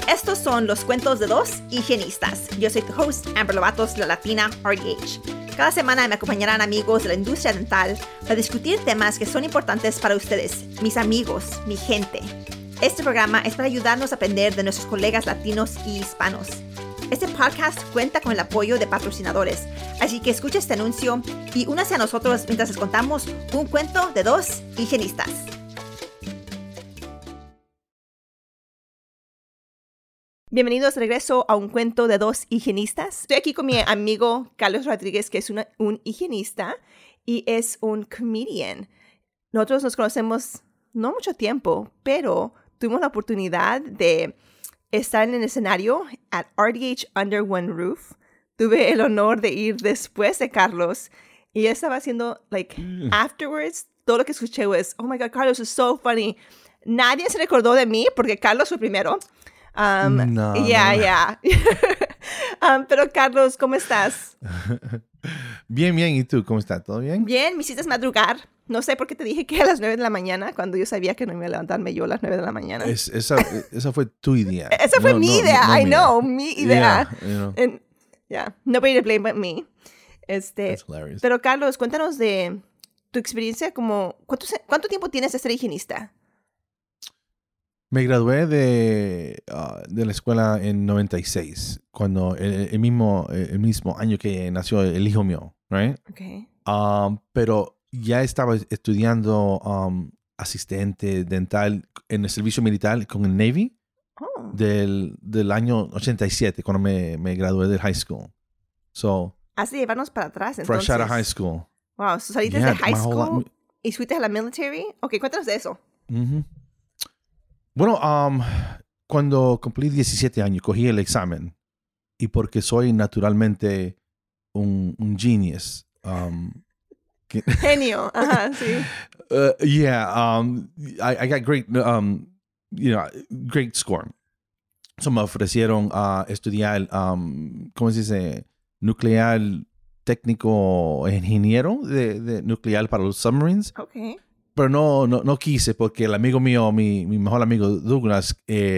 Estos son los cuentos de dos higienistas. Yo soy tu host, Amber Lovatos, la latina RDH. Cada semana me acompañarán amigos de la industria dental para discutir temas que son importantes para ustedes, mis amigos, mi gente. Este programa es para ayudarnos a aprender de nuestros colegas latinos y hispanos. Este podcast cuenta con el apoyo de patrocinadores, así que escucha este anuncio y únase a nosotros mientras les contamos un cuento de dos higienistas. Bienvenidos de regreso a un cuento de dos higienistas. Estoy aquí con mi amigo Carlos Rodríguez, que es un higienista y es un comedian. Nosotros nos conocemos no mucho tiempo, pero tuvimos la oportunidad de estar en el escenario at RDH Under One Roof. Tuve el honor de ir después de Carlos y él estaba haciendo, afterwards, todo lo que escuché was, oh my God, Carlos is so funny. Nadie se recordó de mí porque Carlos fue primero. No. Pero Carlos, ¿cómo estás? Bien. ¿Y tú? ¿Cómo estás? ¿Todo bien? Bien, me hiciste madrugar. No sé por qué te dije que a las 9 de la mañana, cuando yo sabía que no iba a levantarme yo a las 9 de la mañana. Esa fue tu idea. Esa fue mi idea. No I know, mi idea. Yeah, you know. Nobody to blame but me. That's hilarious. Pero Carlos, cuéntanos de tu experiencia como... ¿Cuánto tiempo tienes de ser higienista? Me gradué de la escuela en 96, cuando el mismo año que nació el hijo mío, right? Okay. Pero ya estaba estudiando asistente dental en el servicio militar con el Navy del año 87, cuando me gradué del high school. So, has de llevarnos para atrás, entonces. Fresh out of high school. Wow, so saliste de high school y fuiste a la military. Ok, cuéntanos de eso. Mm-hmm. Bueno, cuando cumplí 17 años, cogí el examen. Y porque soy naturalmente un genius. Genio, ajá, sí. I got great score. So me ofrecieron estudiar, ¿cómo se dice? Nuclear técnico ingeniero de nuclear para los submarines. Okay. Pero no quise porque el amigo mío, mi mejor amigo Douglas,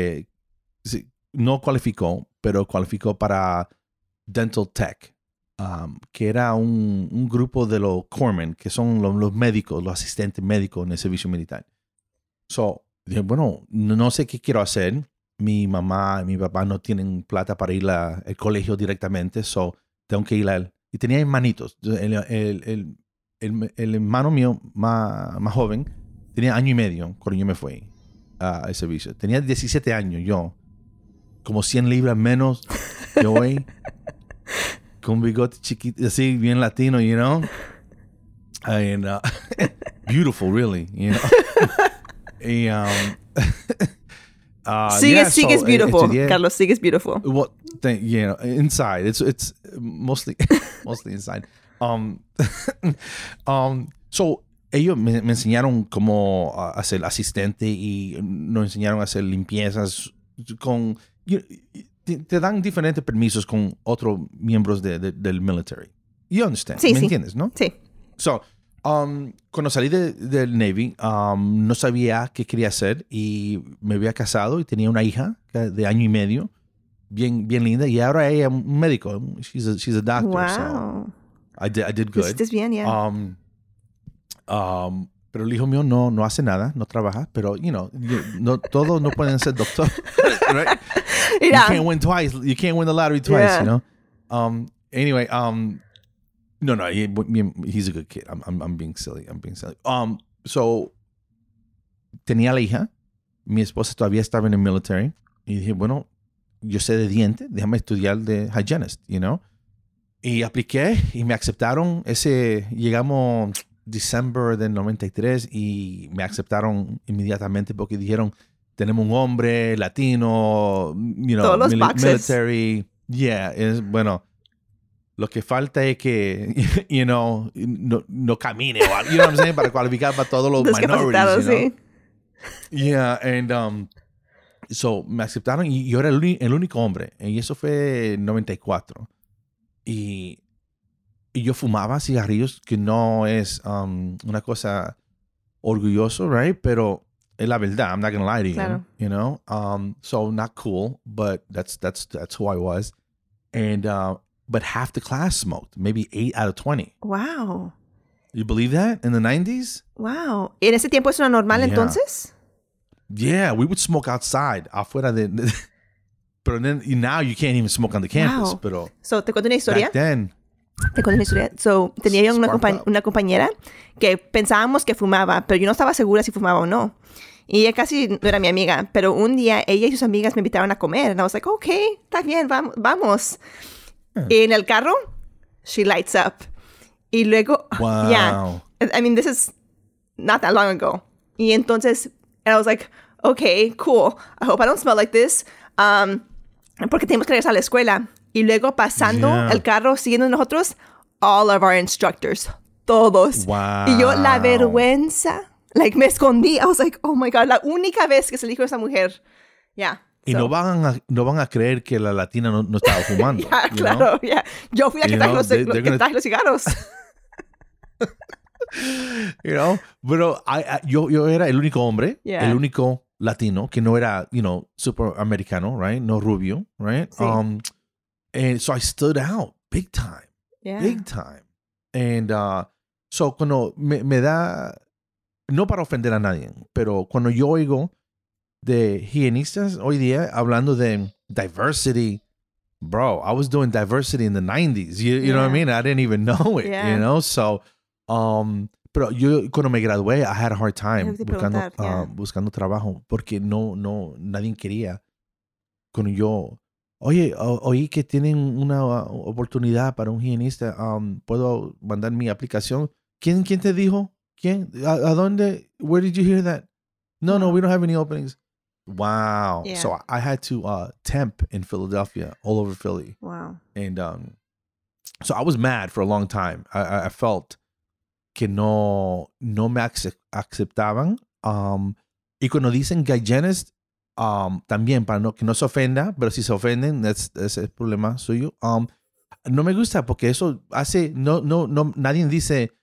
no cualificó, pero cualificó para Dental Tech, que era un grupo de los corpsmen, que son los médicos, los asistentes médicos en el servicio militar. So, dije, bueno, no sé qué quiero hacer. Mi mamá y mi papá no tienen plata para ir al colegio directamente, so tengo que ir a él. Y tenía hermanitos. El hermano mío más joven tenía año y medio cuando yo me fui al servicio. Tenía 17 años yo. Como 100 libras menos que hoy. Con un bigote chiquito, así, bien latino, you know. And, beautiful, really, you know. Y, sigues beautiful, Carlos, sigues beautiful. Well, inside. It's mostly inside. So, ellos me enseñaron cómo hacer asistente y nos enseñaron a hacer limpiezas con... te dan diferentes permisos con otros miembros del military. You understand? Sí, ¿Me sí. entiendes, no? Sí. So, cuando salí del Navy, no sabía qué quería hacer y me había casado y tenía una hija de año y medio, bien linda, y ahora ella es un médico. She's a doctor. Wow. So I did good. Estás bien, ya. Pero el hijo mío no hace nada, no trabaja, pero, todos no pueden ser doctor. Right? Yeah. You can't win twice. You can't win the lottery twice, Yeah. you know? Anyway, no, he's a good kid. I'm being silly. So, tenía la hija. Mi esposa todavía estaba en el military. Y dije, bueno, yo sé de diente, déjame estudiar de hygienist, you know? Y apliqué y me aceptaron. Llegamos diciembre del 93 y me aceptaron inmediatamente porque dijeron, tenemos un hombre latino, todos los boxes. Military. Yeah, bueno, lo que falta es que, no camine, you know what I'm saying, para cualificar para todos los minorities, sí. Yeah, and so me aceptaron y yo era el único hombre. Y eso fue en 94. Y yo fumaba cigarrillos, que no es una cosa orgulloso, right? Pero Es la verdad. I'm not going to lie to you. Claro. You know? So not cool, but that's who I was. And, but half the class smoked. Maybe 8 out of 20. Wow. You believe that? In the 90s? Wow. ¿En ese tiempo eso era normal Yeah. entonces? Yeah, we would smoke outside, afuera de... But then now you can't even smoke on the campus. Wow. Pero So, ¿te cuento una historia? back then... Te cuento una historia. So, tenía yo Spark up. una compañera que pensábamos que fumaba, pero yo no estaba segura si fumaba o no. Y ella casi no era mi amiga, pero un día ella y sus amigas me invitaron a comer. And I was like, okay, está bien, vamos. Y en el carro, she lights up. Y luego, Wow. yeah. I mean, this is not that long ago. Y entonces, and I was like, okay, cool. I hope I don't smell like this. Porque tenemos que regresar a la escuela. Y luego pasando Yeah. el carro, siguiendo nosotros, all of our instructors, todos. Wow. Y yo, la vergüenza, like, me escondí. I was like, oh my God, la única vez que se le dijo a esa mujer. Yeah. Y So, no van a creer que la latina no estaba fumando. yeah, you know? claro, yeah. Yo fui la que You traje know, they're gonna- los cigarros. You know? Pero yo era el único hombre, Yeah. el único latino que no era, super americano, right? No rubio, right? Sí. And so I stood out big time. Yeah. Big time. And so cuando me da, no para ofender a nadie, pero cuando yo oigo de higienistas hoy día hablando de diversity, bro, I was doing diversity in the 90s. You know what I Yeah. mean? I didn't even know it, Yeah. you know? So, pero yo cuando me gradué, I had a hard time Te preguntar, yeah. buscando trabajo porque nadie quería. Cuando yo, oye, oí que tienen una oportunidad para un higienista, ¿puedo mandar mi aplicación? ¿Quién te dijo? ¿Quién? ¿A dónde? Where did you hear that? No, we don't have any openings. Wow. Yeah. So I had to temp in Philadelphia, all over Philly. Wow. And so I was mad for a long time. I felt que no me aceptaban. Y cuando dicen gay hygienist, también para que no se ofenda, pero si se ofenden, ese es el problema suyo. No me gusta porque eso hace, nadie dice,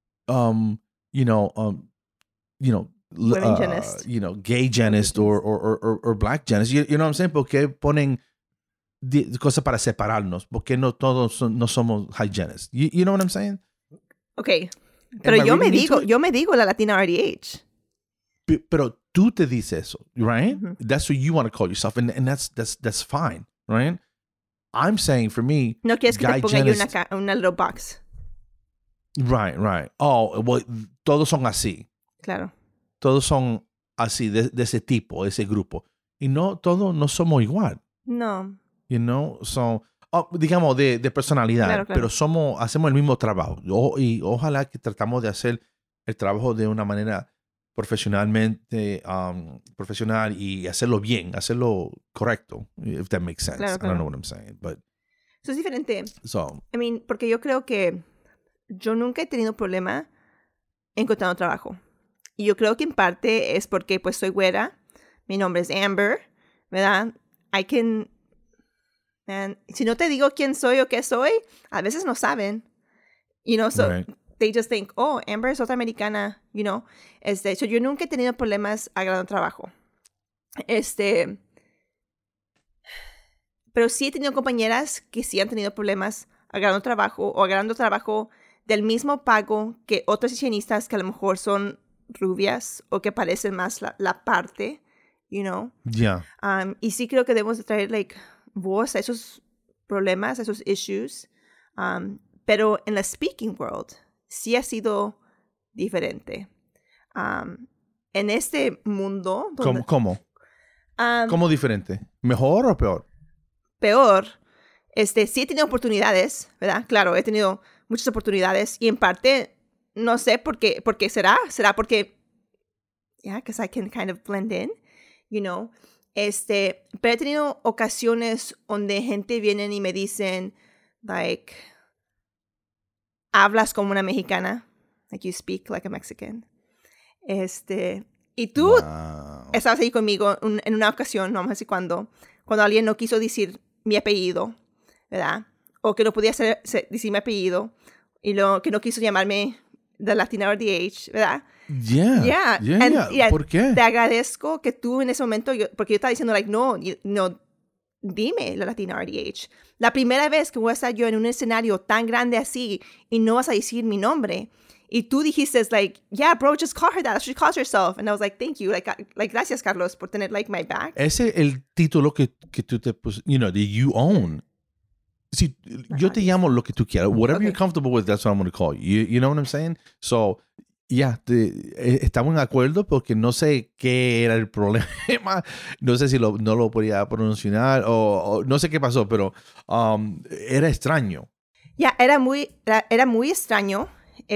Women hygienist. gay hygienist or black hygienist. You know what I'm saying? Porque ponen cosas para separarnos, porque no todos no somos hygienists. You know what I'm saying? Okay. Pero Am I yo me reading into digo, la latina RDH. Pero tú te dices eso, right? Mhm. That's what you want to call yourself, and that's fine, right? I'm saying for me, No quieres que guy te ponga yo hygienist- una little box. right. Oh, well, todos son así. Claro. Todos son así, de ese tipo, de ese grupo. Y todos no somos igual, No. you know? So, digamos, de personalidad, Claro. pero hacemos el mismo trabajo. Y ojalá que tratamos de hacer el trabajo de una manera profesional y hacerlo bien, hacerlo correcto, if that makes sense. Claro, I don't know what I'm saying, but Eso es diferente. so, I mean, porque yo creo que yo nunca he tenido problema encontrando trabajo. Y yo creo que en parte es porque pues soy güera. Mi nombre es Amber, ¿verdad? Si no te digo quién soy o qué soy, a veces no saben. So right. they just think, oh, Amber es otra americana, So yo nunca he tenido problemas agarrando trabajo. Pero sí he tenido compañeras que sí han tenido problemas agarrando trabajo o agarrando trabajo del mismo pago que otros higienistas que a lo mejor son rubias o que parecen más la parte, Yeah. Y sí creo que debemos de traer, voz a esos problemas, a esos issues. Pero en la speaking world sí ha sido diferente. En este mundo... ¿Cómo? ¿Cómo diferente? ¿Mejor o peor? Peor. Sí he tenido oportunidades, ¿verdad? Claro, he tenido muchas oportunidades y en parte no sé por qué será. Será porque, because I can kind of blend in, pero he tenido ocasiones donde gente viene y me dicen, hablas como una mexicana, you speak like a Mexican. Y tú Wow. estabas ahí conmigo en una ocasión, no vamos a decir cuando alguien no quiso decir mi apellido, ¿verdad? O que no podía decir mi apellido y que no quiso llamarme The Latina RDH, ¿verdad? Yeah. ¿Por qué? Te agradezco que tú en ese momento, porque yo estaba diciendo, like, no, dime la Latina RDH. La primera vez que voy a estar yo en un escenario tan grande así y no vas a decir mi nombre. Y tú dijiste, like, yeah, bro, just call her that. She calls herself. And I was like, thank you. Like gracias, Carlos, por tener, like, my back. Ese es el título que tú te pusiste, that you own. Si yo te llamo lo que tú quieras. Whatever you're comfortable with, that's what I'm going to call you. You know what I'm saying? So, estamos en acuerdo porque no sé qué era el problema. No sé si no lo podía pronunciar o no sé qué pasó, pero era extraño. Era muy extraño.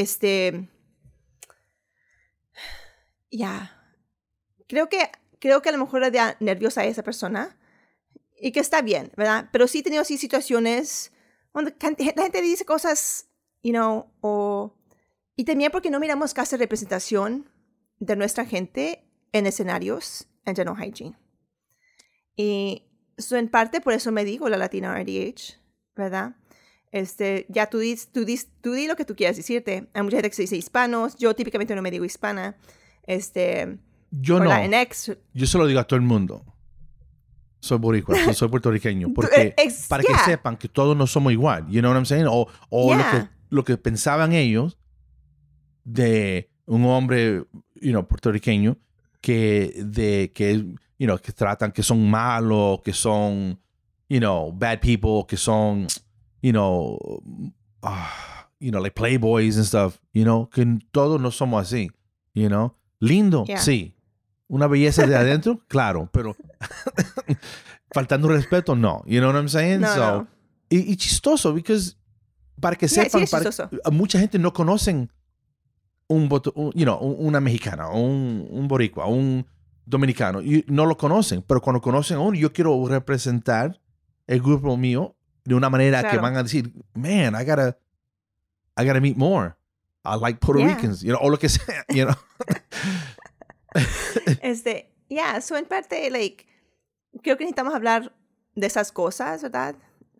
Creo que a lo mejor era nerviosa esa persona y que está bien, ¿verdad? Pero sí he tenido así situaciones donde la gente dice cosas, y también porque no miramos casi representación de nuestra gente en escenarios en dental hygiene. Y en parte por eso me digo la Latina RDH, ¿verdad? Ya tú di lo que tú quieras decirte. Hay mucha gente que se dice hispanos. Yo típicamente no me digo hispana. Yo no. Latinx. Yo se lo digo a todo el mundo. Soy boricua, soy puertorriqueño. Porque para que sepan que todos no somos igual. You know what I'm saying? O lo que pensaban ellos de un hombre, puertorriqueño que tratan, que son malos, que son, bad people, que son, like playboys and stuff, que todos no somos así, lindo, sí, una belleza de adentro, claro, pero faltando respeto, no, you know what I'm saying? No. Y chistoso, because para que sepan, mucha gente no conocen una mexicana, un boricua, un dominicano, y no lo conocen, pero cuando conocen a uno, yo quiero representar el grupo mío de una manera que van a decir, man, I gotta meet more. I like Puerto Ricans, o lo que sea, So en parte, like, creo que necesitamos hablar de esas cosas, ¿verdad?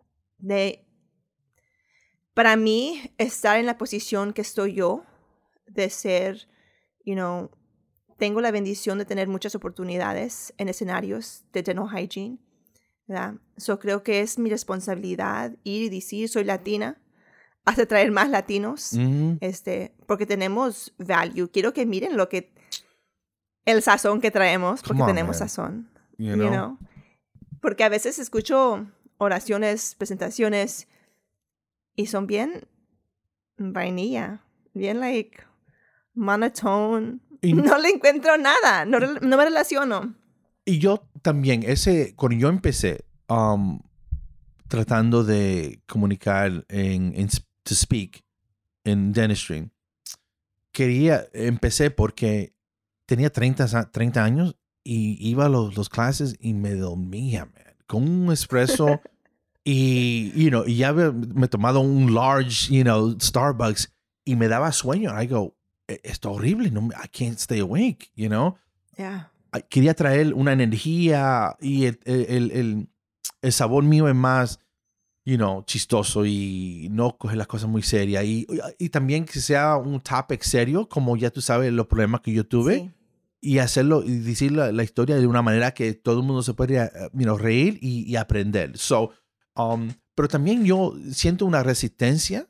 Para mí, estar en la posición que estoy yo, de ser, tengo la bendición de tener muchas oportunidades en escenarios de dental hygiene, ¿verdad? Creo que es mi responsabilidad ir y decir, soy latina, hasta traer más latinos, porque tenemos value. Quiero que miren el sazón que traemos, porque tenemos sazón, you know? Porque a veces escucho oraciones, presentaciones, y son bien vainilla, bien, like, monotone. No le encuentro nada. No me relaciono. Y yo también, cuando yo empecé tratando de comunicar to speak en dentistry, empecé porque tenía 30 años y iba a los clases y me dormía, man, con un espresso y ya me he tomado un large, Starbucks y me daba sueño. I go, esto es horrible, no, I can't stay awake, Yeah. Quería traer una energía y el sabor mío es más, chistoso y no coger las cosas muy serias. Y también que sea un topic serio, como ya tú sabes los problemas que yo tuve. Sí. Y hacerlo y decir la historia de una manera que todo el mundo se puede reír y aprender. Pero también yo siento una resistencia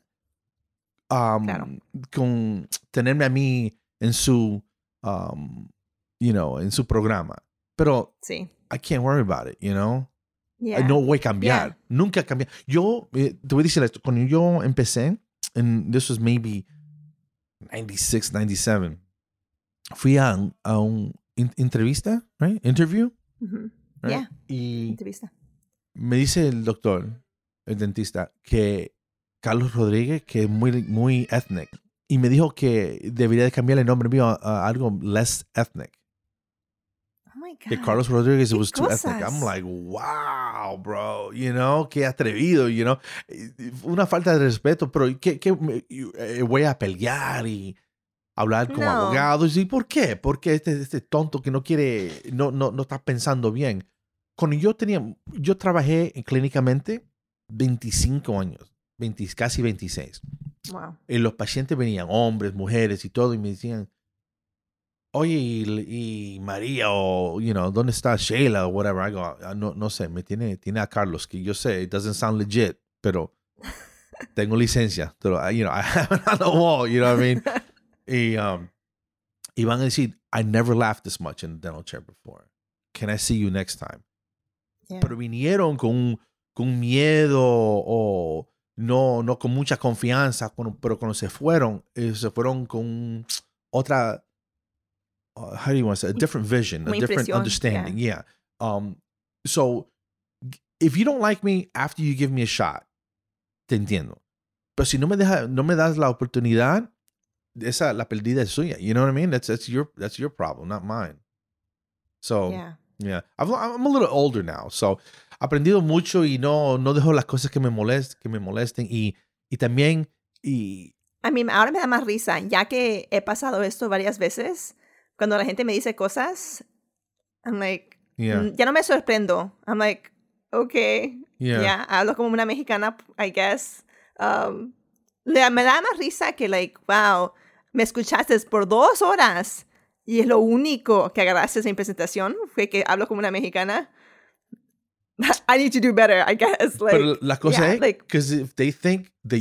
con tenerme a mí en su en su programa, pero sí. I can't worry about it, Yeah. No voy a cambiar, nunca cambiar. Yo te voy a decir esto, cuando yo empecé, and this was maybe 96, 97, fui a un entrevista, right? Interview, right? Yeah. Y entrevista. Me dice el doctor, el dentista, que Carlos Rodríguez, que es muy, muy ethnic. Y me dijo que debería de cambiar el nombre mío a algo less ethnic. Oh my God. Que Carlos Rodríguez was too cosas? ethnic. I'm like, wow, bro. Qué atrevido, Una falta de respeto, pero voy a pelear y hablar con abogados. ¿Y por qué? Porque este tonto que no quiere, no está pensando bien. Cuando yo trabajé clínicamente 25 años, casi 26. Wow. Y los pacientes venían, hombres, mujeres y todo, y me decían, oye, y María, o, ¿dónde está Sheila, o whatever? I go, no sé, tiene a Carlos, que yo sé, it doesn't sound legit, pero tengo licencia. Pero, I have it on the wall, you know what I mean? Y van a decir, I never laughed this much in the dental chair before. Can I see you next time? Yeah. Pero vinieron con miedo o no con mucha confianza, pero cuando se fueron con otra, how do you want to say, a different vision, a different understanding. Yeah. So if you don't like me after you give me a shot, te entiendo. Pero si no me das la oportunidad, la pérdida es suya. You know what I mean? That's your problem, not mine. So yeah. I'm a little older now, so aprendido mucho y no dejo las cosas que me molesten y también a mí ahora me da más risa, ya que he pasado esto varias veces. Cuando la gente me dice cosas, I'm like, ya no me sorprendo. I'm like, okay, yeah, hablo como una mexicana, I guess. Me da más risa que like, wow, me escuchaste por 2 horas y es lo único que agarraste en presentación fue que hablo como una mexicana. I need to do better, I guess. Like, pero la cosa es, because if they think that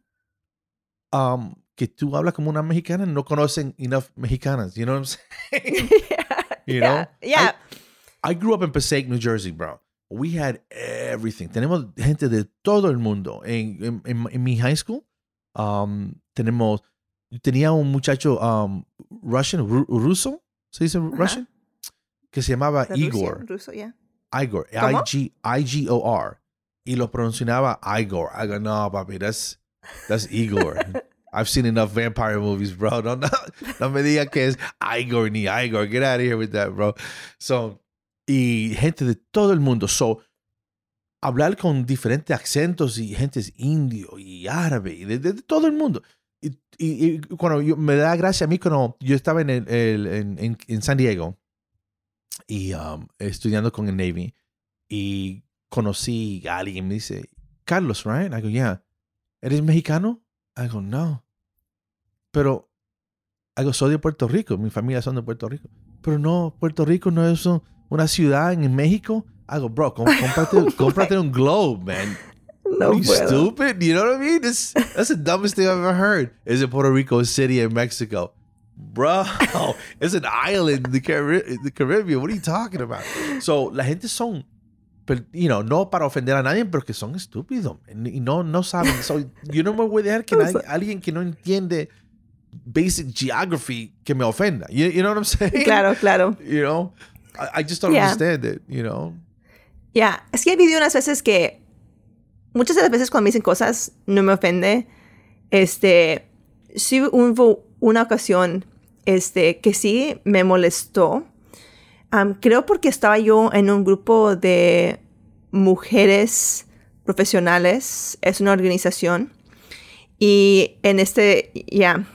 que tú hablas como una mexicana, no conocen enough mexicanas. You know what I'm saying? You know? Yeah. I grew up in Passaic, New Jersey, bro. We had everything. Tenemos gente de todo el mundo. En mi high school, tenía un muchacho ruso, ¿se dice Russian? Que se llamaba Igor. Ruso, yeah. Igor. I-G-O-R. Y lo pronunciaba Igor. I go, no, papi, that's Igor. I've seen enough vampire movies, bro. No me digas que es Igor ni Igor. Get out of here with that, bro. So, y gente de todo el mundo. So, hablar con diferentes acentos y gente es indio y árabe y de todo el mundo. Y cuando me da gracia a mí cuando yo estaba en San Diego y estudiando con el Navy y conocí a alguien me dice, Carlos, right? I go, yeah. ¿Eres mexicano? I go, no. Pero, I go, soy de Puerto Rico. Mi familia son de Puerto Rico. Pero no, Puerto Rico no es una ciudad en México. I go, bro, cómprate un globe, man. No, Are you stupid? You know what I mean? That's the dumbest thing I've ever heard. Is it Puerto Rico City in Mexico? Bro, it's an island in the Caribbean. What are you talking about? So, la gente son, no para ofender a nadie, pero que son estúpidos y no saben. So, yo no me voy a dejar que alguien que no entiende basic geography que me ofenda. You know what I'm saying? Claro. You know? I just don't understand it, you know? Yeah. Es que he vivido unas veces que muchas de las veces cuando me dicen cosas no me ofende. Sí hubo una ocasión que sí me molestó. Creo porque estaba yo en un grupo de mujeres profesionales. Es una organización. Y en estaba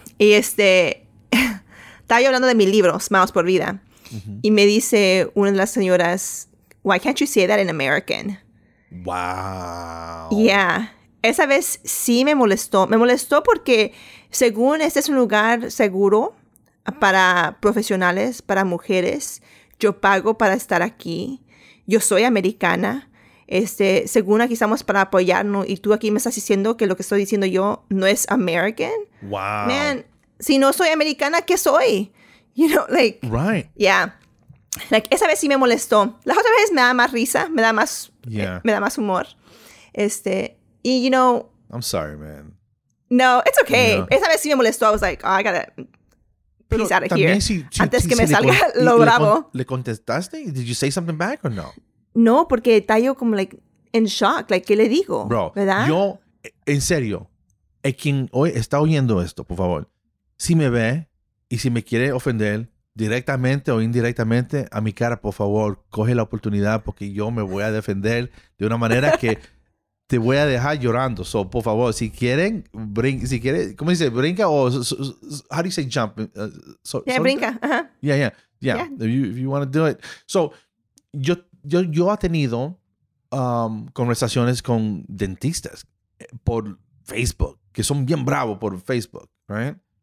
yo hablando de mi libro, Smiles por Vida. Uh-huh. Y me dice una de las señoras, why can't you say that in American? Wow. Yeah. Esa vez sí me molestó. Me molestó porque según este es un lugar seguro para profesionales, para mujeres. Yo pago para estar aquí. Yo soy americana. Según aquí estamos para apoyarnos y tú aquí me estás diciendo que lo que estoy diciendo yo no es American. Wow. Man, si no soy americana, ¿qué soy? You know, like. Right. Yeah. Like, esa vez sí me molestó. Las otras veces me da más risa, me da más humor. Y, you know. I'm sorry, man. No, it's okay. Yeah. Esa vez sí me molestó. I was like, oh, I gotta peace out of here. Antes que me salga lo bravo. ¿Le contestaste? Did you say something back or no? No, porque está yo como, like, in shock. Like, ¿qué le digo? Bro, ¿verdad? Yo, en serio, quien hoy está oyendo esto, por favor, si me ve y si me quiere ofender, directamente o indirectamente a mi cara, por favor, coge la oportunidad porque yo me voy a defender de una manera que te voy a dejar llorando. So, por favor, si quieren, ¿cómo dice? Brinca o how do you say jump? Brinca. Uh-huh. Yeah. If you want to do it. So, yo he tenido conversaciones con dentistas por Facebook, que son bien bravos por Facebook, right?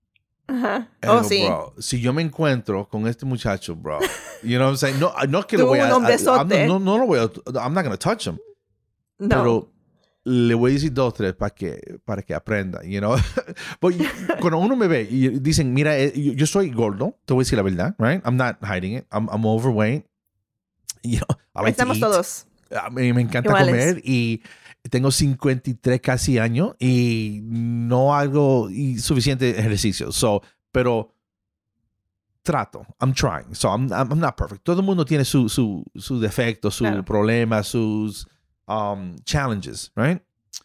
Ajá. And Oh, I go, sí. bro, si yo me encuentro con este muchacho, bro, you know what I'm saying? No, no que Tú, lo voy a... un hombrezote. no lo voy a... I'm not going to touch him. No. Pero le voy a decir 2 o 3 para que aprenda, you know? But cuando uno me ve y dicen, mira, yo soy gordo, te voy a decir la verdad, right? I'm not hiding it. I'm overweight. You know, I like Estamos to eat. todos A mí me encanta iguales. comer y tengo 53 casi años y no hago suficiente ejercicio. So, pero trato. I'm trying. So, I'm not perfect. Todo el mundo tiene su defecto, su Claro. problema, sus challenges, right?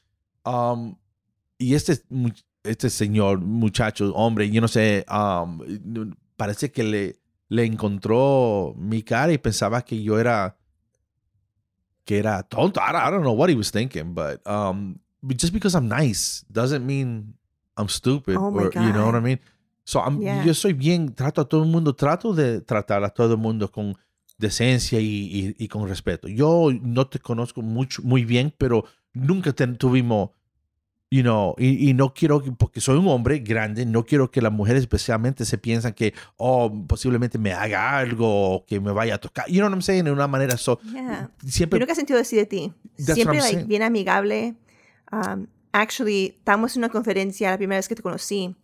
Y este señor, muchacho, hombre, yo no sé, parece que le encontró mi cara y pensaba que yo era tonto. I don't know what he was thinking, but just because I'm nice doesn't mean I'm stupid. Oh my or you know what I God. mean? So Yeah. yo soy bien, trato a todo el mundo, trato de tratar a todo el mundo con decencia y con respeto. Yo no te conozco muy bien, pero nunca tuvimos, you know, y no quiero, porque soy un hombre grande, no quiero que las mujeres especialmente se piensan que, posiblemente me haga algo o que me vaya a tocar. You know what I'm saying? De una manera, Yeah. siempre... Yo nunca he sentido así de ti. That's Siempre, what I'm like, saying. bien amigable. Actually, estábamos en una conferencia la primera vez que te conocí.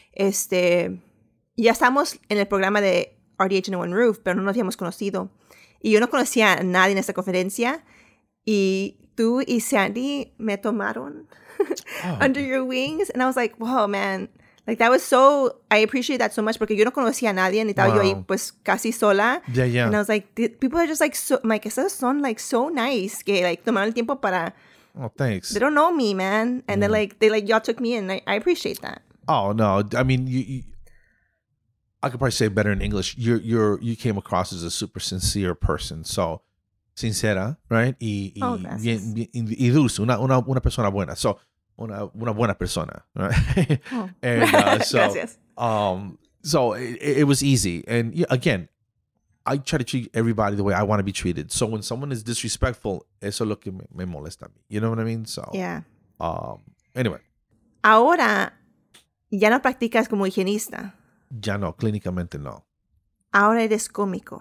Ya estábamos en el programa de RDH and One Roof, pero no nos habíamos conocido. Y yo no conocía a nadie en esta conferencia. Y tú y Sandy me tomaron under your wings. And I was like, wow, man. Like, that was so... I appreciate that so much porque yo no conocía a nadie. Y estaba yo ahí, pues, casi sola. Yeah. And I was like, people are just, like, so... like, esos son, like, so nice. Que, like, tomaron el tiempo para... Oh, thanks. They don't know me, man. And then, like, y'all took me in. I appreciate that. Oh, no. I mean, I could probably say it better in English. You came across as a super sincere person. So, sincera, right? Oh, gracias. Y dulce, una persona buena. So, una buena persona, right? Oh. And so, Gracias. So it was easy. And again, I try to treat everybody the way I want to be treated. So when someone is disrespectful, eso es lo que me molesta a mí. You know what I mean? So, Yeah. Anyway. Ahora, ya no practicas como higienista. Ya no, clínicamente no. Ahora eres cómico.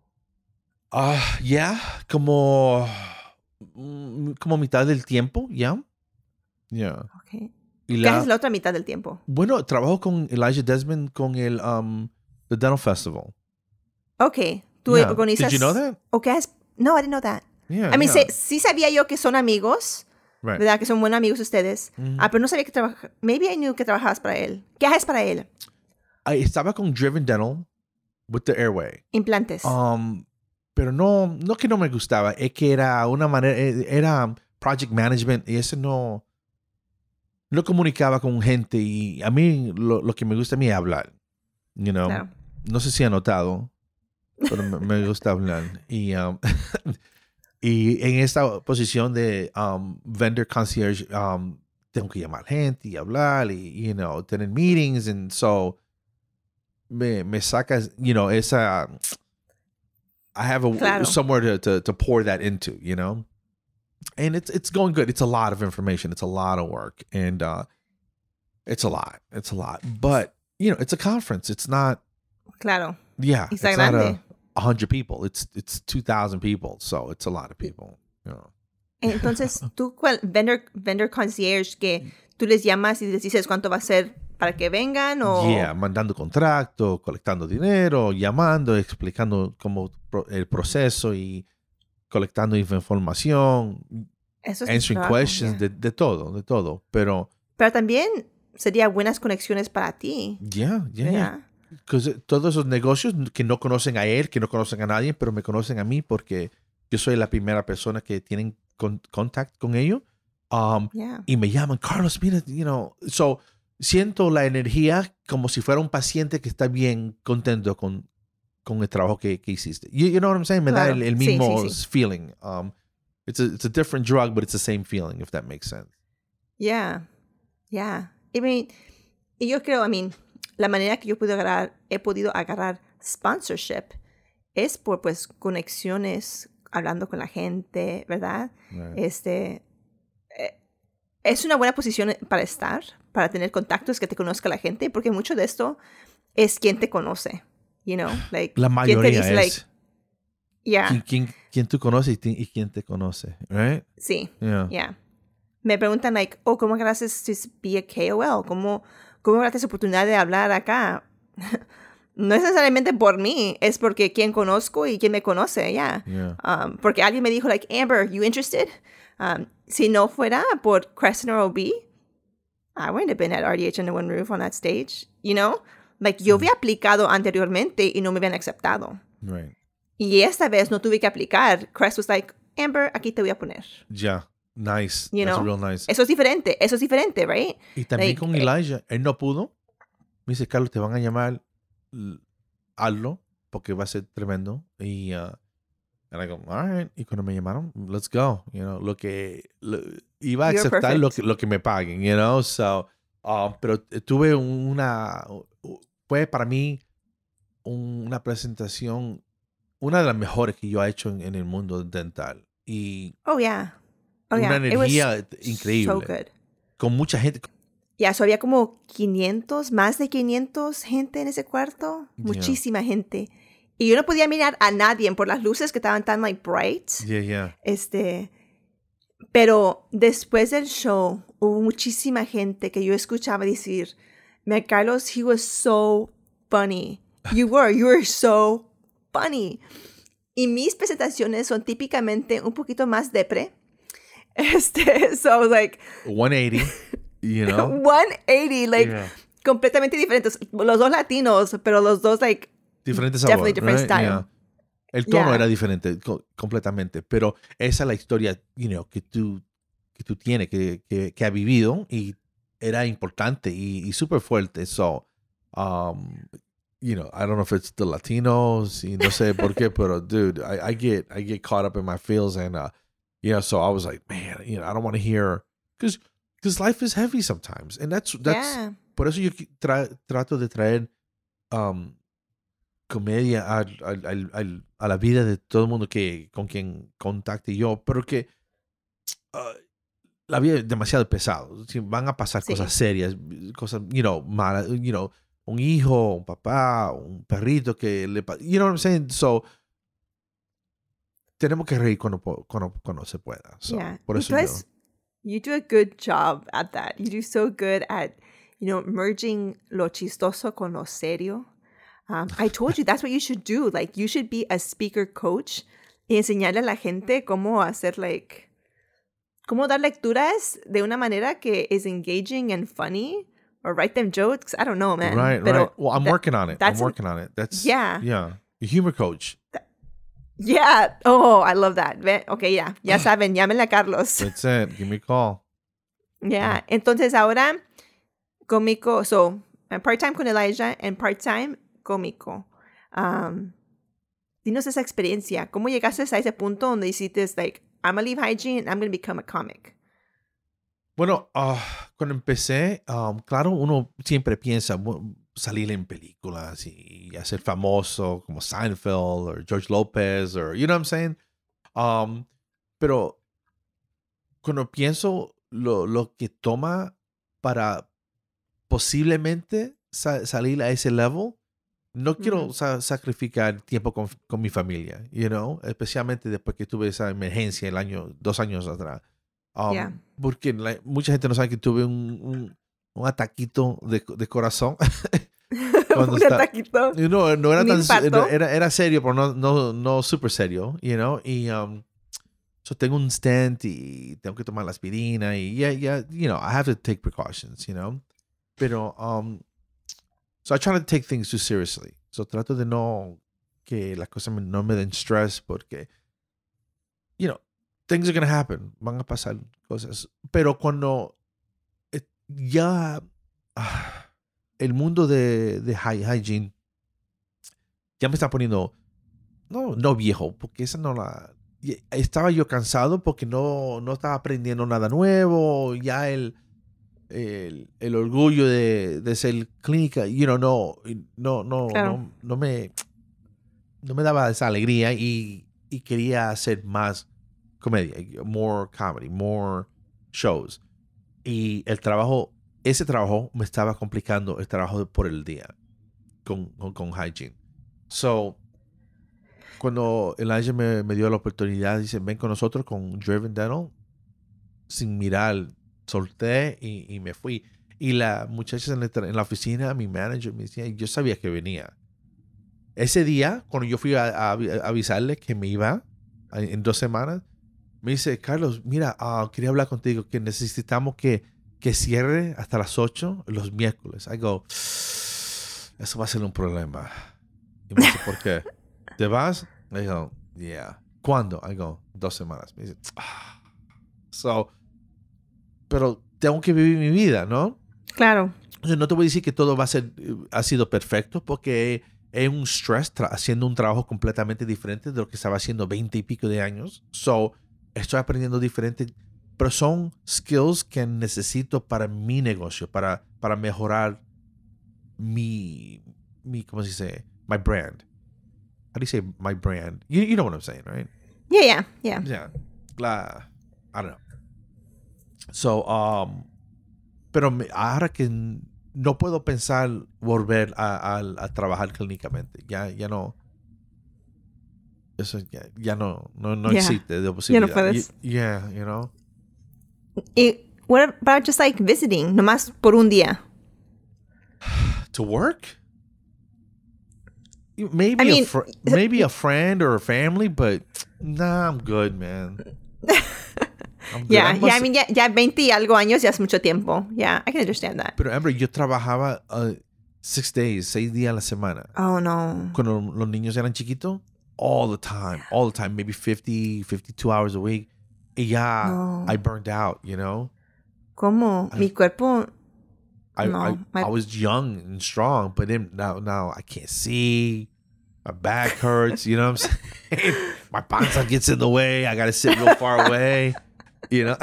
Yeah, como mitad del tiempo, ya. Yeah. Okay. Y ¿Qué haces la otra mitad del tiempo? Bueno, trabajo con Elijah Desmond con el The Dental Festival. Okay. ¿Tú Yeah. organizas? Did you know that? ¿O qué haces? No, I didn't know that. Yeah, I mean, yeah. sí sabía yo que son amigos, Right. ¿verdad? Que son buenos amigos ustedes. Pero no sabía que trabajabas. Maybe I knew que trabajabas para él. ¿Qué haces para él? Estaba con Driven Dental with the Airway. Implantes. Pero no que no me gustaba, es que era una manera, era project management y eso no comunicaba con gente y a mí lo que me gusta a mí es hablar, you know. Claro. No sé si ha notado, pero me gusta hablar y y en esta posición de vendor concierge tengo que llamar gente y hablar y you know, tener meetings and so me sacas, you know, esa I have somewhere to pour that into, you know? And it's going good. It's a lot of information. It's a lot of work. And it's a lot. It's a lot. But, you know, it's a conference. It's not... Claro. Yeah. It's not grande. 100 people. It's 2,000 people. So it's a lot of people. You know? Entonces, tú, vendor concierge, que tú les llamas y les dices cuánto va a ser para que vengan o... Yeah, mandando contrato, colectando dinero, llamando, explicando cómo el proceso y colectando información, Eso es answering trabajo, questions, yeah. de todo. Pero también sería buenas conexiones para ti. yeah. ¿Verdad? Because todos esos negocios que no conocen a él, que no conocen a nadie, pero me conocen a mí porque yo soy la primera persona que tienen contacto con ellos. Yeah. Y me llaman, Carlos, mira, you know, so siento la energía como si fuera un paciente que está bien contento con el trabajo que hiciste. You know what I'm saying? Me da el mismo sí. feeling. It's a different drug, but it's the same feeling, if that makes sense. Yeah. I mean, y yo creo, la manera que yo he podido agarrar sponsorship es por, pues, conexiones, hablando con la gente, ¿verdad? Right. es una buena posición para estar, para tener contactos, que te conozca la gente, porque mucho de esto es quien te conoce, you know, like, La quien te mayoría dice, es like, yeah, quién tú conoces y quién te conoce, right? sí, Yeah. yeah. Me preguntan, like, oh, ¿cómo gracias to be a KOL? ¿Cómo gracias esa oportunidad de hablar acá? No es necesariamente por mí, es porque quien conozco y quien me conoce, ya. Yeah. Porque alguien me dijo, like, Amber, you interested? Si no fuera por Crescent or OB, I wouldn't have been at RDH Under One Roof on that stage, you know? Like, yo había aplicado anteriormente y no me habían aceptado. Right. Y esta vez no tuve que aplicar. Crest was like, Amber, aquí te voy a poner. Yeah. Nice. You That's know? real nice. Eso es diferente, right? Y también Like, con Elijah, él no pudo. Me dice, Carlos, te van a llamar, hazlo, porque va a ser tremendo. Y and I go, all right. Y cuando me llamaron, let's go. You know, iba a You're aceptar perfect. lo que me paguen, you know. So, pero tuve fue para mí una presentación, una de las mejores que yo he hecho en el mundo dental. Y oh, yeah. Oh, una yeah. It was energía increíble. so good. Con mucha gente. Ya, so había como 500, más de 500 gente en ese cuarto. Yeah. Muchísima gente. Y yo no podía mirar a nadie por las luces que estaban tan, like, bright. Yeah. Pero después del show, hubo muchísima gente que yo escuchaba decir, Carlos, he was so funny. You were so funny. Y mis presentaciones son típicamente un poquito más depre. So I was like... 180, you know? 180, like, Yeah. completamente diferentes. Los dos latinos, pero los dos, like, Diferente sabor, definitely different right? style. Yeah. El tono Yeah. era diferente completamente, pero esa es la historia, you know, que tú tienes, que ha vivido y era importante y súper fuerte. So, you know, I don't know if it's the Latinos, y no sé por qué, pero dude, I get caught up in my feels and, you know, so I was like, man, you know, I don't want to hear, because life is heavy sometimes, and that's Yeah. por eso yo trato de traer comedia a la vida de todo el mundo con quien contacte yo, pero que la vida es demasiado pesado. Van a pasar Sí. cosas serias, cosas, you know, malas, you know, un hijo, un papá, un perrito que le pasa, you know what I'm saying? So, tenemos que reír cuando se pueda. So, Yeah. por eso yo. You do a good job at that. You do so good at, you know, merging lo chistoso con lo serio. I told you that's what you should do. Like, you should be a speaker coach y enseñarle a la gente cómo hacer, like, cómo dar lecturas de una manera que is engaging and funny, or write them jokes. I don't know, man. Right. Well, I'm working on it. that's I'm working on it. That's yeah. A humor coach. Yeah. Oh, I love that. Okay, yeah. Ya saben, llámenle a Carlos. That's it. Give me a call. Yeah. Entonces ahora, cómico. So, part-time con Elijah and part-time cómico. Dinos esa experiencia. ¿Cómo llegaste a ese punto donde hiciste, like, I'm going to leave hygiene and I'm going to become a comic? Bueno, cuando empecé, claro, uno siempre piensa salir en películas y hacer famoso como Seinfeld o George Lopez o, you know what I'm saying? Pero cuando pienso lo que toma para posiblemente salir a ese level, no quiero sacrificar tiempo con mi familia, you know, especialmente después que tuve esa emergencia 2 años atrás. Yeah. Porque mucha gente no sabe que tuve un ataquito de corazón. Un ataquito. No era ¿Un tan infarto? era serio, pero no súper serio, you know. Y so tengo un stent y tengo que tomar la aspirina y yeah, you know, I have to take precautions, you know. Pero so I try not to take things too seriously. So trato de que las cosas no me den stress porque, you know, things are going to happen. Van a pasar cosas. Pero cuando ya el mundo de hygiene ya me está poniendo, no viejo, porque esa no la... Estaba yo cansado porque no estaba aprendiendo nada nuevo. Ya el orgullo de ser clínica, you know, Claro. no me daba esa alegría y quería hacer más comedia, more comedy, more shows. Y ese trabajo me estaba complicando el trabajo por el día con hygiene. So, cuando Elijah me dio la oportunidad, dice, ven con nosotros con Driven Dental, sin mirar, solté y me fui. Y la muchacha en la oficina, mi manager, me decía, yo sabía que venía. Ese día, cuando yo fui a avisarle que me iba en 2 semanas, me dice, Carlos, mira, quería hablar contigo, que necesitamos que cierre hasta las 8 los miércoles. I go, eso va a ser un problema. Y me dice, ¿por qué? ¿Te vas? I go, yeah. ¿Cuándo? I go, 2 semanas. Me dice, so, pero tengo que vivir mi vida, ¿no? Claro. Entonces, no te voy a decir que todo ha sido perfecto, porque es un stress haciendo un trabajo completamente diferente de lo que estaba haciendo 20 y pico de años. So, estoy aprendiendo diferente, pero son skills que necesito para mi negocio, para mejorar mi ¿cómo se dice? My brand. How do you say my brand? You know what I'm saying, right? Yeah. Yeah. I don't know. So, pero ahora que no puedo pensar volver a trabajar clínicamente. Ya no. Eso ya no existe de posibilidad. Ya no puedes. Yeah, you know. Y what about just like visiting, nomás por un día? To work? Maybe maybe a friend or a family, but nah, I'm good, man. I'm good. Yeah, I mean, ya 20 y algo años ya es mucho tiempo. Yeah, I can understand that. Pero, Amber, yo trabajaba 6 días a la semana. Oh, no. Cuando los niños eran chiquitos, all the time, maybe 52 hours a week. Y ya, No. I burned out, you know? ¿Cómo? Mi cuerpo... I was young and strong, but then now I can't see. My back hurts, you know what I'm saying? My panza gets in the way. I got to sit real far away, you know?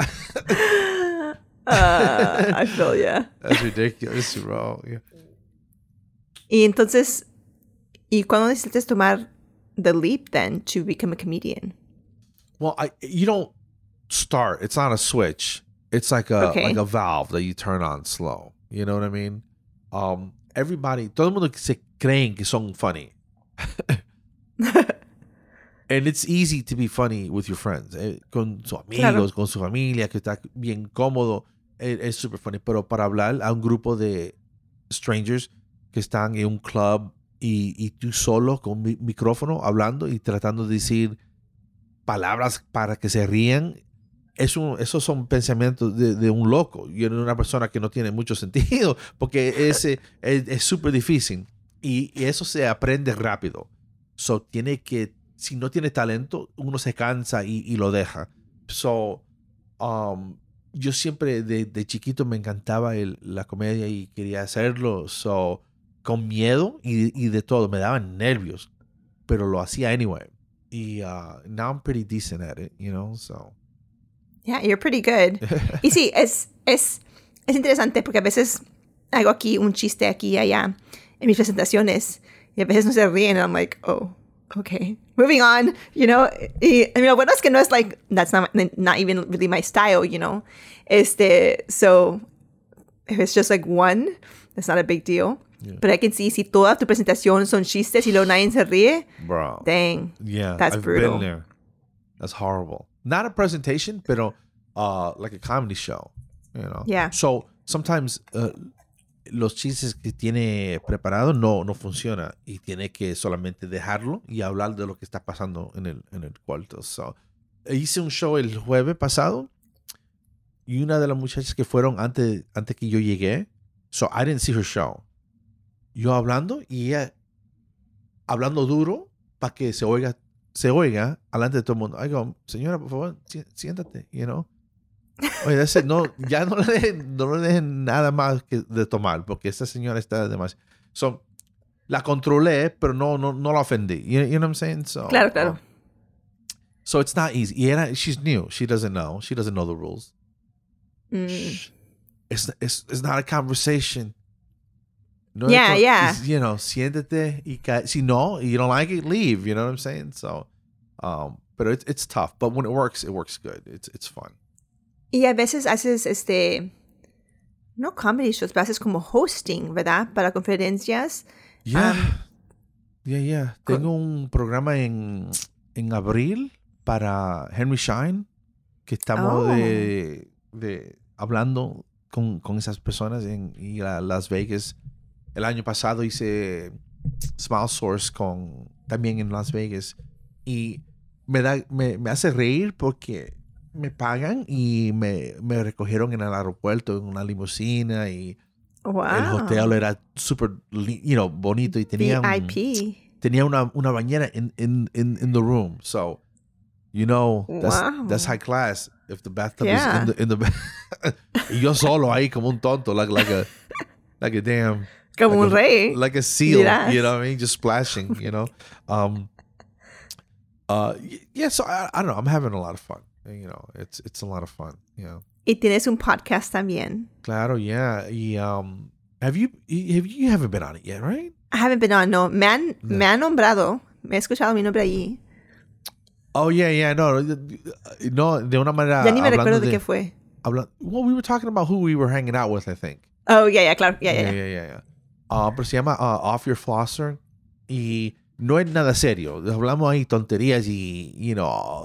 I feel ya. That's ridiculous, bro. Yeah. Y entonces, ¿y cuándo decidiste tomar the leap then to become a comedian? Well, you don't start. It's not a switch. It's like a valve that you turn on slow. You know what I mean? Everybody, todo el mundo se creen que son funny. And it's easy to be funny with your friends. Con sus amigos, con su familia, que está bien cómodo. Es super funny. Pero para hablar a un grupo de strangers que están en un club y tú solo con un micrófono hablando y tratando de decir palabras para que se rían, esos son pensamientos de un loco y de una persona que no tiene mucho sentido, porque es súper difícil y eso se aprende rápido. So, si no tiene talento, uno se cansa y lo deja. So, yo siempre de chiquito me encantaba la comedia y quería hacerlo. So, con miedo y de todo, me daban nervios, pero lo hacía anyway. Y now I'm pretty decent at it, you know, so. Yeah, you're pretty good. Y sí, es interesante porque a veces hago aquí un chiste aquí y allá en mis presentaciones y a veces no se ríen and I'm like, oh, okay, moving on, you know. Y lo bueno es que no es like, that's not even really my style, you know. So if it's just like one, it's not a big deal. Yeah. But I can see si toda tu presentación son chistes y luego nadie se ríe, bro. Dang, yeah, that's brutal. I've been there. That's horrible. Not a presentation, pero like a comedy show, you know. Yeah. So sometimes los chistes que tiene preparado no funciona y tiene que solamente dejarlo y hablar de lo que está pasando en el cuarto. So, hice un show el jueves pasado y una de las muchachas que fueron antes que yo llegué, so I didn't see her show. Yo hablando y ella hablando duro para que se oiga alante de todo el mundo. I go, señora, por favor, siéntate, you know. Oye, ya no le dejen nada más de tomar, porque esta señora está demasiado. So, la controlé, pero no la ofendí. You know what I'm saying? So, claro. So it's not easy. Y she's new. She doesn't know the rules. It's not a conversation. No, yeah. You know, siéntate y si no, you don't like it, leave. You know what I'm saying? So, but it's tough. But when it works good. It's fun. Y a veces haces No comedy shows, pero haces como hosting, ¿verdad? Para conferencias. Yeah. Tengo un programa en abril para Henry Schein, que estamos de hablando con esas personas y a Las Vegas. El año pasado hice Smile Source también en Las Vegas. Y me hace reír porque me pagan y me recogieron en el aeropuerto en una limusina y el hotel era súper bonito y tenía VIP. Tenía una bañera in the room. So, that's high class if the bathtub is in the y yo solo ahí como un tonto like a damn como un rey. Like a seal, you know what I mean? Just splashing, Yeah, so I don't know. I'm having a lot of fun. It's a lot of fun. Y tienes un podcast también. Claro, yeah. Y, you haven't been on it yet, right? I haven't been on, no. Me han nombrado. Me he escuchado mi nombre allí. Oh, yeah. No, de una manera. Ya ni me recuerdo de qué fue. Well, we were talking about who we were hanging out with, I think. Oh, yeah, claro. Yeah. Pero se llama Off Your Flosser. Y no es nada serio. Hablamos ahí tonterías y,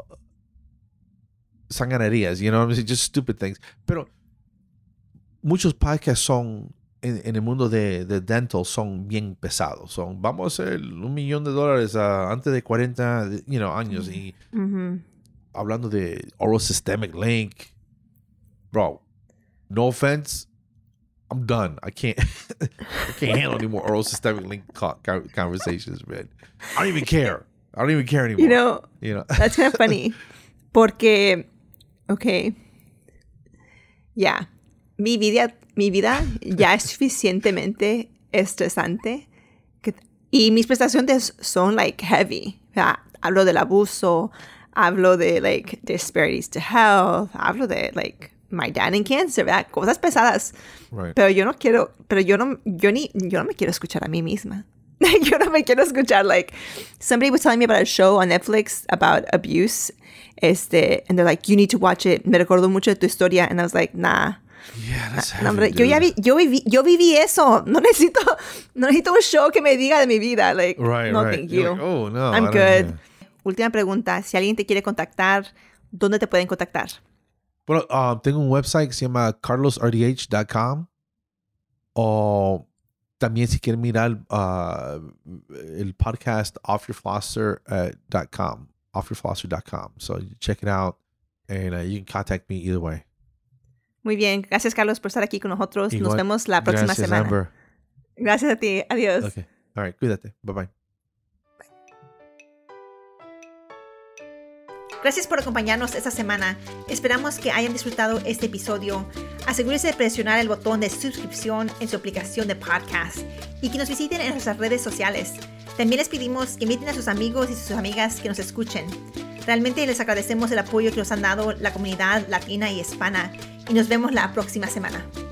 sanganerías, just stupid things. Pero muchos podcasts son, en el mundo de dental, son bien pesados. Vamos a hacer $1 million antes de 40, años. Y hablando de oral systemic link. Bro, no offense, I'm done. I can't handle any more oral systemic link conversations, man. I don't even care anymore. That's kind of funny. Porque, okay, yeah, mi vida ya es suficientemente estresante y mis prestaciones son like heavy. O sea, hablo del abuso, hablo de like disparities to health, hablo de like my dad and cancer, ¿verdad? Cosas pesadas. Right. Pero yo no me quiero escuchar a mí misma. Yo no me quiero escuchar, like, somebody was telling me about a show on Netflix about abuse, and they're like, you need to watch it. Me recordó mucho de tu historia, and I was like, nah. Yeah, that's heavy, hombre, yo viví eso. No necesito un show que me diga de mi vida. Like, right. Thank you. Like, oh, no. I'm good. Última pregunta. Si alguien te quiere contactar, ¿dónde te pueden contactar? Bueno, tengo un website que se llama carlosrdh.com. O también si quieren mirar el podcast offyourflosser.com. offyourflosser.com. So you check it out and you can contact me either way. Muy bien. Gracias, Carlos, por estar aquí con nosotros. Igual. Nos vemos la próxima semana. Amber. Gracias a ti. Adiós. Okay. All right. Cuídate. Bye-bye. Gracias por acompañarnos esta semana. Esperamos que hayan disfrutado este episodio. Asegúrese de presionar el botón de suscripción en su aplicación de podcast y que nos visiten en nuestras redes sociales. También les pedimos que inviten a sus amigos y sus amigas que nos escuchen. Realmente les agradecemos el apoyo que nos han dado la comunidad latina y hispana y nos vemos la próxima semana.